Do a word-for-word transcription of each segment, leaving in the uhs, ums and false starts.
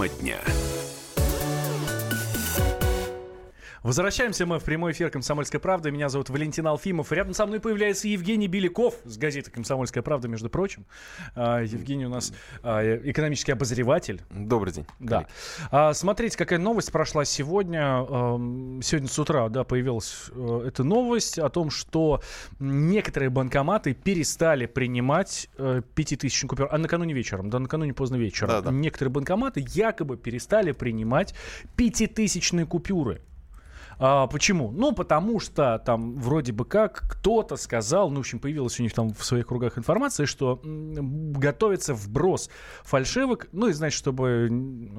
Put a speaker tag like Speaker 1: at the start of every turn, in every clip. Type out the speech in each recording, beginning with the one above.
Speaker 1: дня.
Speaker 2: Возвращаемся мы в прямой эфир «Комсомольской правды». Меня зовут Валентин Алфимов. Рядом со мной появляется Евгений Беляков с газеты «Комсомольская правда», между прочим. А, Евгений у нас а, экономический обозреватель.
Speaker 3: Добрый день.
Speaker 2: Да. А, смотрите, какая новость прошла сегодня. Сегодня с утра, да, появилась эта новость о том, что некоторые банкоматы перестали принимать пятитысячные купюры. А накануне вечером, да, накануне поздно вечером.
Speaker 3: Да, да.
Speaker 2: Некоторые банкоматы якобы перестали принимать пятитысячные купюры. А, почему? Ну, потому что там вроде бы как кто-то сказал, ну, в общем, появилась у них там в своих кругах информация, что м, готовится вброс фальшивок, ну, и, значит, чтобы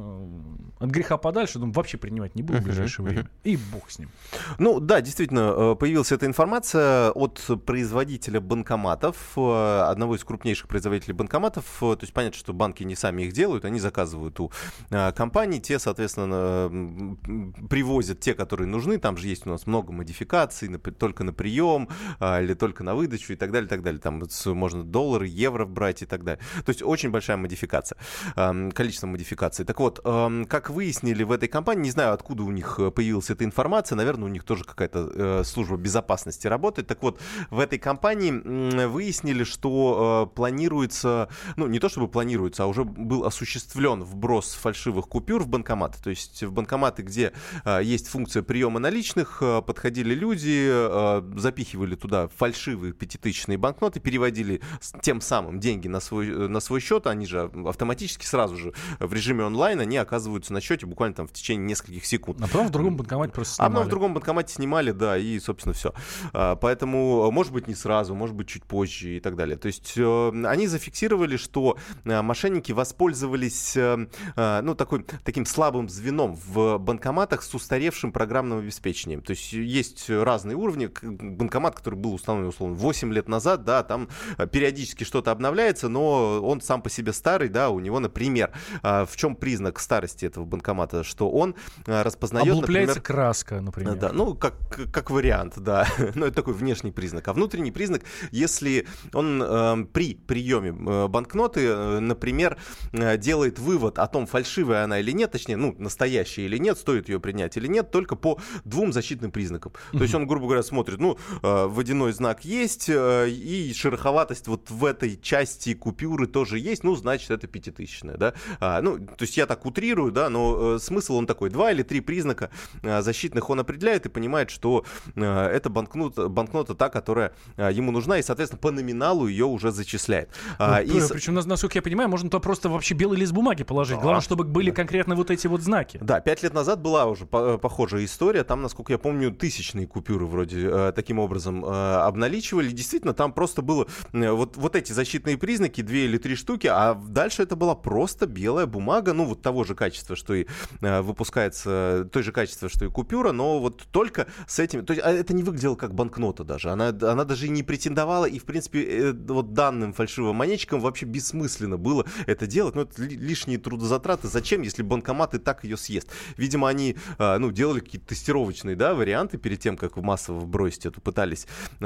Speaker 2: э, от греха подальше, ну, вообще принимать не буду в ближайшее uh-huh, время. Uh-huh. И бог с ним.
Speaker 3: Ну, да, действительно, появилась эта информация от производителя банкоматов, одного из крупнейших производителей банкоматов. То есть понятно, что банки не сами их делают, они заказывают у э, компаний, те, соответственно, э, привозят те, которые нужны. Там же есть у нас много модификаций, на, только на прием а, или только на выдачу и так далее, и так далее. Там можно доллары, евро брать и так далее. То есть очень большая модификация, а, количество модификаций. Так вот, а, как выяснили в этой компании, не знаю, откуда у них появилась эта информация, наверное, у них тоже какая-то а, служба безопасности работает. Так вот, в этой компании м, выяснили, что а, планируется, ну, не то чтобы планируется, а уже был осуществлен вброс фальшивых купюр в банкоматы. То есть в банкоматы, где а, есть функция приема наличных, подходили люди, запихивали туда фальшивые пятитысячные банкноты, переводили тем самым деньги на свой, на свой счет, они же автоматически сразу же в режиме онлайн, они оказываются на счете буквально там в течение нескольких секунд.
Speaker 2: А потом в другом банкомате просто снимали.
Speaker 3: А потом в другом банкомате снимали, да, и, собственно, все. Поэтому, может быть, не сразу, может быть, чуть позже и так далее. То есть они зафиксировали, что мошенники воспользовались, ну, такой, таким слабым звеном в банкоматах с устаревшим программным обеспечением. То есть есть разные уровни. Банкомат, который был установлен, условно, восемь лет назад, да, там периодически что-то обновляется, но он сам по себе старый, да, у него, например, в чем признак старости этого банкомата, что он распознает,
Speaker 2: облупляется,
Speaker 3: например,
Speaker 2: краска, например.
Speaker 3: Да, ну, как, как вариант, да. Ну, это такой внешний признак. А внутренний признак, если он э, при приеме э, банкноты, э, например, э, делает вывод о том, фальшивая она или нет, точнее, ну, настоящая или нет, стоит ее принять или нет, только по двум защитным признакам. Mm-hmm. То есть он, грубо говоря, смотрит, ну, э, водяной знак есть, э, и шероховатость вот в этой части купюры тоже есть, ну, значит, это пятитысячная, да. А, ну, то есть я так утрирую, да, но э, смысл он такой, два или три признака э, защитных он определяет и понимает, что э, это банкнота, банкнота та, которая э, ему нужна, и, соответственно, по номиналу ее уже зачисляет. А,
Speaker 2: ну,
Speaker 3: и...
Speaker 2: Причем, насколько я понимаю, можно туда просто вообще белый лист бумаги положить. Да. Главное, чтобы были да. конкретно вот эти вот знаки.
Speaker 3: Да, пять лет назад была уже по- похожая история. Там, насколько я помню, тысячные купюры вроде э, таким образом э, обналичивали. Действительно, там просто было э, вот, вот эти защитные признаки, две или три штуки, а дальше это была просто белая бумага, ну, вот того же качества, что и э, выпускается, той же качества, что и купюра, но вот только с этим... То есть это не выглядело как банкнота даже. Она, она даже и не претендовала, и, в принципе, э, вот данным фальшивым монетчикам вообще бессмысленно было это делать. Ну, это лишние трудозатраты. Зачем, если банкомат и так ее съест? Видимо, они, э, ну, делали какие-то тестировочные, да, варианты перед тем, как массово вбросить эту, пытались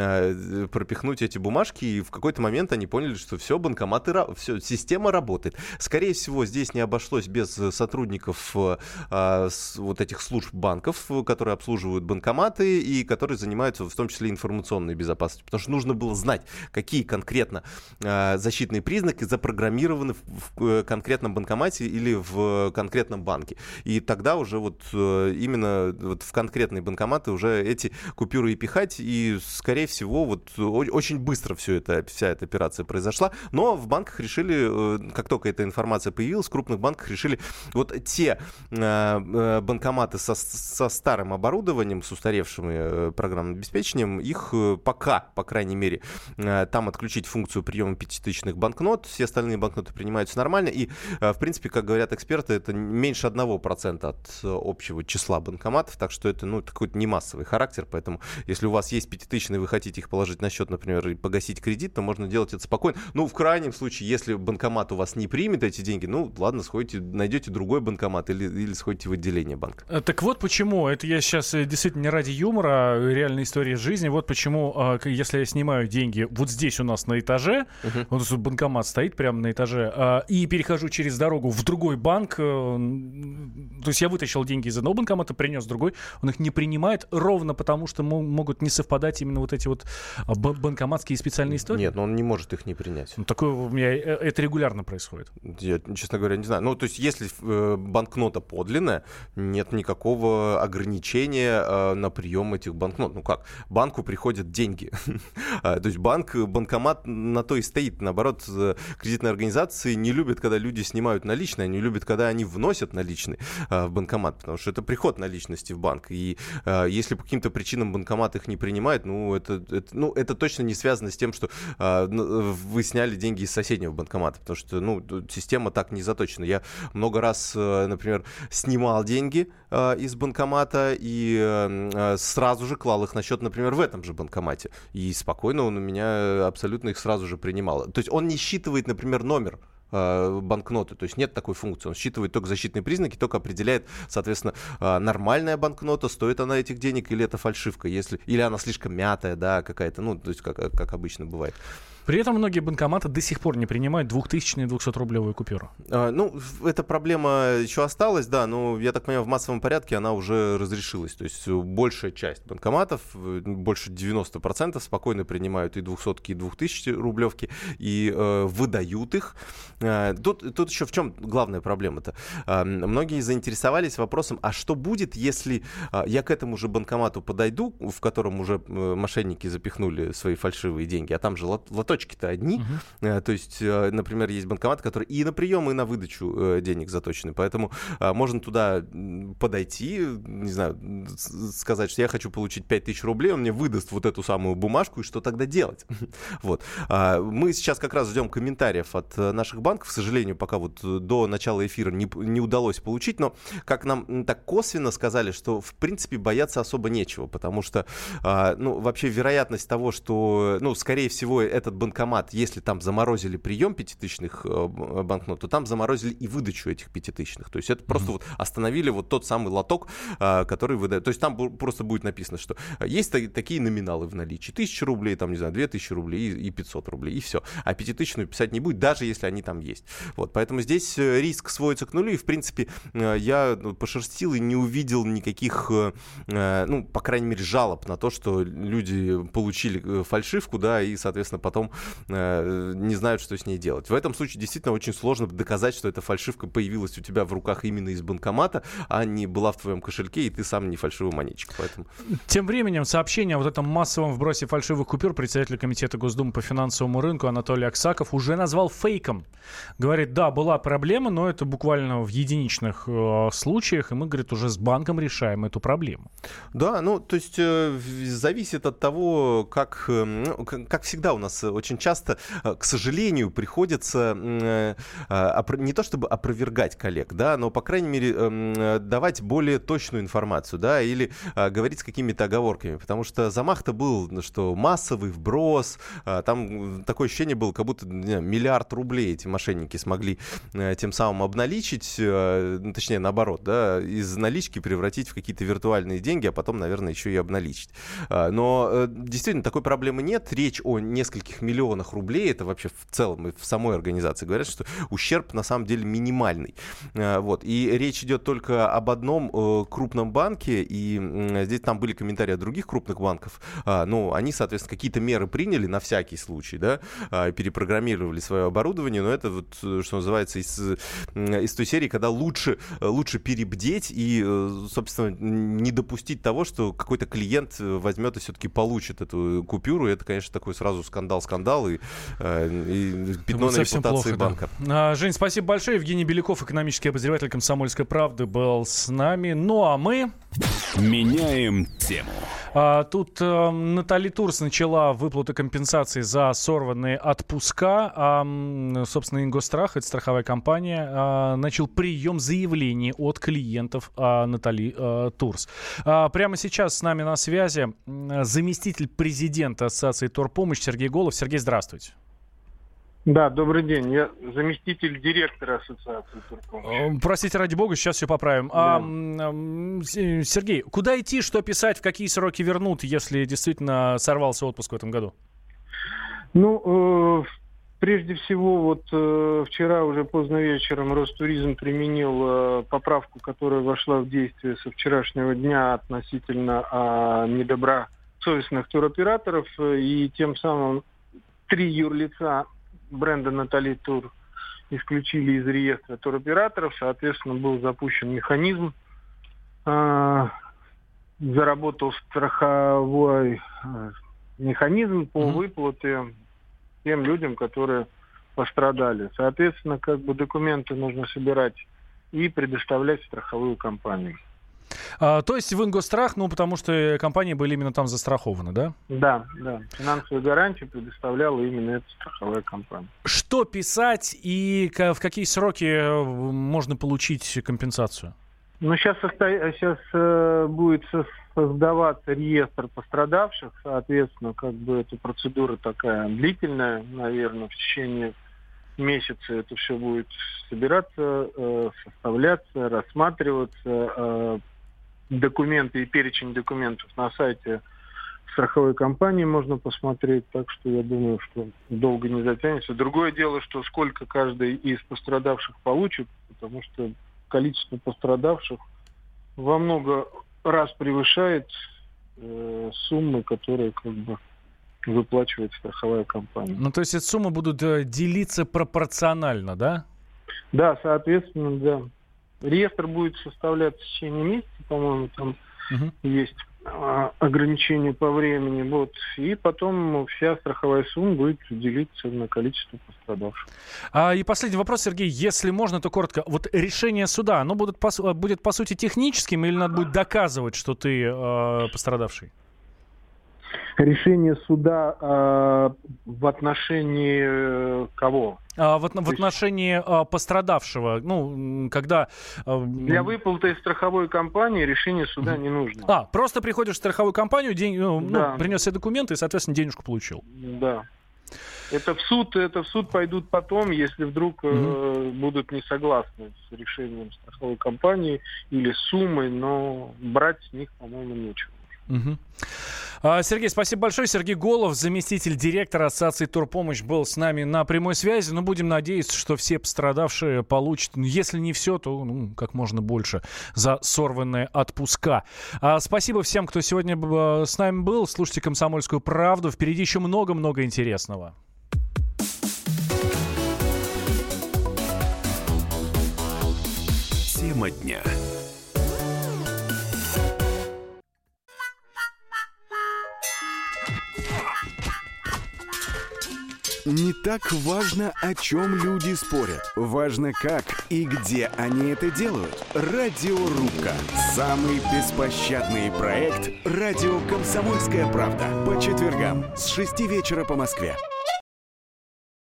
Speaker 3: э, пропихнуть эти бумажки, и в какой-то момент они поняли, что все, банкоматы, все, система работает. Скорее всего, здесь не обошлось без сотрудников э, с, вот этих служб банков, которые обслуживают банкоматы и которые занимаются в том числе информационной безопасностью, потому что нужно было знать, какие конкретно э, защитные признаки запрограммированы в, в конкретном банкомате или в конкретном банке. И тогда уже вот э, именно вот в конкретные банкоматы уже эти купюры и пихать, и, скорее всего, вот очень быстро все это, вся эта операция произошла, но в банках решили, как только эта информация появилась, в крупных банках решили вот те э, банкоматы со, со старым оборудованием, с устаревшим э, программным обеспечением, их пока, по крайней мере, э, там отключить функцию приема пятитысячных банкнот, все остальные банкноты принимаются нормально, и, э, в принципе, как говорят эксперты, это меньше одного процента от общего числа банкоматов, так что что это, ну, какой-то не массовый характер, поэтому если у вас есть пятитысячные, вы хотите их положить на счет, например, и погасить кредит, то можно делать это спокойно. Ну, в крайнем случае, если банкомат у вас не примет эти деньги, ну, ладно, сходите, найдете другой банкомат или, или сходите в отделение банка.
Speaker 2: Так вот почему, это я сейчас действительно не ради юмора, реальная история жизни, вот почему, если я снимаю деньги вот здесь у нас на этаже, uh-huh. вот тут банкомат стоит прямо на этаже, и перехожу через дорогу в другой банк, то есть я вытащил деньги из одного банкомата, принес другой, он их не принимает ровно потому, что могут не совпадать именно вот эти вот банкоматские специальные истории?
Speaker 3: Нет, но он не может их не принять.
Speaker 2: Ну, такое у меня, это регулярно происходит.
Speaker 3: Я, честно говоря, не знаю. Ну, то есть, если э, банкнота подлинная, нет никакого ограничения э, на прием этих банкнот. Ну как? Банку приходят деньги. То есть банк, банкомат на то и стоит. Наоборот, кредитные организации не любят, когда люди снимают наличные, они любят, когда они вносят наличные в банкомат, потому что это приход наличности в банк. И если по каким-то причинам банкомат их не принимает, ну это, это, ну, это точно не связано с тем, что вы сняли деньги из соседнего банкомата, потому что, ну, система так не заточена. Я много раз, например, снимал деньги из банкомата и сразу же клал их на счет, например, в этом же банкомате. И спокойно он у меня абсолютно их сразу же принимал. То есть он не считывает, например, номер банкноты, то есть нет такой функции, он считывает только защитные признаки, только определяет, соответственно, нормальная банкнота, стоит она этих денег или это фальшивка, если, или она слишком мятая, да, какая-то, ну, то есть как, как обычно бывает.
Speaker 2: При этом многие банкоматы до сих пор не принимают двухтысячную и двухсотрублевую купюру.
Speaker 3: А, ну, эта проблема еще осталась, да, но, я так понимаю, в массовом порядке она уже разрешилась. То есть большая часть банкоматов, больше девяносто процентов спокойно принимают и двухсотки, и двухтысячные рублевки, и э, выдают их. А, тут, тут еще в чем главная проблема-то? А, многие заинтересовались вопросом, а что будет, если а, я к этому же банкомату подойду, в котором уже мошенники запихнули свои фальшивые деньги, а там же лото точки-то одни, uh-huh. то есть, например, есть банкомат, который и на прием, и на выдачу денег заточены, поэтому можно туда подойти, не знаю, сказать, что я хочу получить пять тысяч рублей, он мне выдаст вот эту самую бумажку, и что тогда делать? Вот. Мы сейчас как раз ждем комментариев от наших банков, к сожалению, пока вот до начала эфира не, не удалось получить, но как нам так косвенно сказали, что, в принципе, бояться особо нечего, потому что, ну, вообще вероятность того, что, ну, скорее всего, этот банкомат, если там заморозили прием пятитысячных э, банкнот, то там заморозили и выдачу этих пятитысячных. То есть это mm-hmm. просто вот остановили вот тот самый лоток, э, который выдает. То есть там бу- просто будет написано, что есть та- такие номиналы в наличии. Тысяча рублей, там, не знаю, две тысячи рублей и, и пятьсот рублей, и все. А пятитысячную писать не будет, даже если они там есть. Вот, поэтому здесь риск сводится к нулю, и, в принципе, э, я пошерстил и не увидел никаких, э, ну, по крайней мере, жалоб на то, что люди получили фальшивку, да, и, соответственно, потом не знают, что с ней делать. В этом случае действительно очень сложно доказать, что эта фальшивка появилась у тебя в руках именно из банкомата, а не была в твоем кошельке, и ты сам не фальшивый монетчик. Поэтому...
Speaker 2: Тем временем сообщение о вот этом массовом вбросе фальшивых купюр председатель комитета Госдумы по финансовому рынку Анатолий Аксаков уже назвал фейком. Говорит, да, была проблема, но это буквально в единичных э, случаях, и мы, говорит, уже с банком решаем эту проблему.
Speaker 3: Да, ну, то есть э, зависит от того, как, э, ну, как, как всегда у нас очень часто, к сожалению, приходится э, э, не то чтобы опровергать коллег, да, но, по крайней мере, э, давать более точную информацию, да, или э, говорить с какими-то оговорками, потому что замах-то был, что массовый вброс, э, там такое ощущение было, как будто не знаю, миллиард рублей эти мошенники смогли э, тем самым обналичить, э, ну, точнее, наоборот, да, из налички превратить в какие-то виртуальные деньги, а потом, наверное, еще и обналичить. Э, но э, действительно такой проблемы нет, речь о нескольких миллионах рублей, это вообще в целом и в самой организации говорят, что ущерб на самом деле минимальный. Вот. И речь идет только об одном э, крупном банке, и э, здесь там были комментарии от других крупных банков, э, но они, соответственно, какие-то меры приняли на всякий случай, да, э, перепрограммировали свое оборудование, но это вот, что называется, из, из той серии, когда лучше, лучше перебдеть и, э, собственно, не допустить того, что какой-то клиент возьмет и все-таки получит эту купюру, и это, конечно, такой сразу скандал, скандал скандал и, и пятно на репутации
Speaker 2: плохо,
Speaker 3: банка.
Speaker 2: Да. Жень, спасибо большое. Евгений Беляков, экономический обозреватель «Комсомольской правды», был с нами. Ну а мы...
Speaker 1: Меняем тему.
Speaker 2: А, тут а, Натали Турс начала выплату компенсации за сорванные отпуска. А, собственно, Ингосстрах, это страховая компания, а, начал прием заявлений от клиентов а, Натали а, Турс. А, прямо сейчас с нами на связи заместитель президента Ассоциации Торпомощь Сергей Голов. Сергей, здравствуйте.
Speaker 4: Да, добрый день. Я заместитель директора Ассоциации Торпомощи.
Speaker 2: Простите, ради бога, сейчас все поправим. Да. А, Сергей, куда идти, что писать, в какие сроки вернут, если действительно сорвался отпуск в этом году?
Speaker 4: Ну, э, прежде всего, вот э, вчера уже поздно вечером Ростуризм применил э, поправку, которая вошла в действие со вчерашнего дня относительно э, недобросовестных туроператоров, э, и тем самым три юрлица бренда Натали Тур исключили из реестра туроператоров. Соответственно, был запущен механизм. Э, заработал страховой э, механизм по mm-hmm. выплате тем людям, которые пострадали. Соответственно, как бы документы нужно собирать и предоставлять в страховую компанию.
Speaker 2: А, то есть в Ингосстрах, ну, потому что компании были именно там застрахованы, да?
Speaker 4: Да, да. Финансовую гарантию предоставляла именно эта страховая компания.
Speaker 2: Что писать и в какие сроки можно получить компенсацию?
Speaker 4: Ну, сейчас, сейчас э, будет создаваться реестр пострадавших. Соответственно, как бы эта процедура такая длительная, наверное, в течение месяца это все будет собираться, э, составляться, рассматриваться. Э, документы и перечень документов на сайте страховой компании можно посмотреть, так что я думаю, что долго не затянется. Другое дело, что сколько каждый из пострадавших получит, потому что количество пострадавших во много раз превышает э, суммы, которые как бы выплачивает страховая компания.
Speaker 2: Ну, то есть эти суммы будут э, делиться пропорционально, да?
Speaker 4: Да, соответственно, да. Реестр будет составляться в течение месяца, по-моему, там uh-huh. есть а, ограничения по времени. Вот. И потом вся страховая сумма будет делиться на количество пострадавших.
Speaker 2: А, и последний вопрос, Сергей, если можно, то коротко. Вот решение суда, оно будет по, будет, по сути, техническим или надо будет доказывать, что ты э, пострадавший?
Speaker 4: Решение суда э, в отношении э, кого?
Speaker 2: А, в, в отношении а, пострадавшего, ну, когда... А,
Speaker 4: Для выплаты из страховой компании решение суда не нужно.
Speaker 2: А, просто приходишь в страховую компанию, день, ну,
Speaker 4: да.
Speaker 2: ну, принес все документы и, соответственно, денежку получил.
Speaker 4: Да. Это в суд, это в суд пойдут потом, если вдруг mm-hmm. э, будут не согласны с решением страховой компании или суммой, но брать с них, по-моему, нечего.
Speaker 2: Угу. Сергей, спасибо большое. Сергей Голов, заместитель директора Ассоциации Торпомощь, был с нами на прямой связи. Но будем надеяться, что все пострадавшие получат, если не все, то ну, как можно больше за сорванные отпуска. А, спасибо всем, кто сегодня с нами был. Слушайте «Комсомольскую правду». Впереди еще много-много интересного.
Speaker 1: Тема дня. Не так важно, о чем люди спорят. Важно, как и где они это делают. Радиорубка. Самый беспощадный проект «Радио Комсомольская правда». По четвергам с шести вечера по Москве.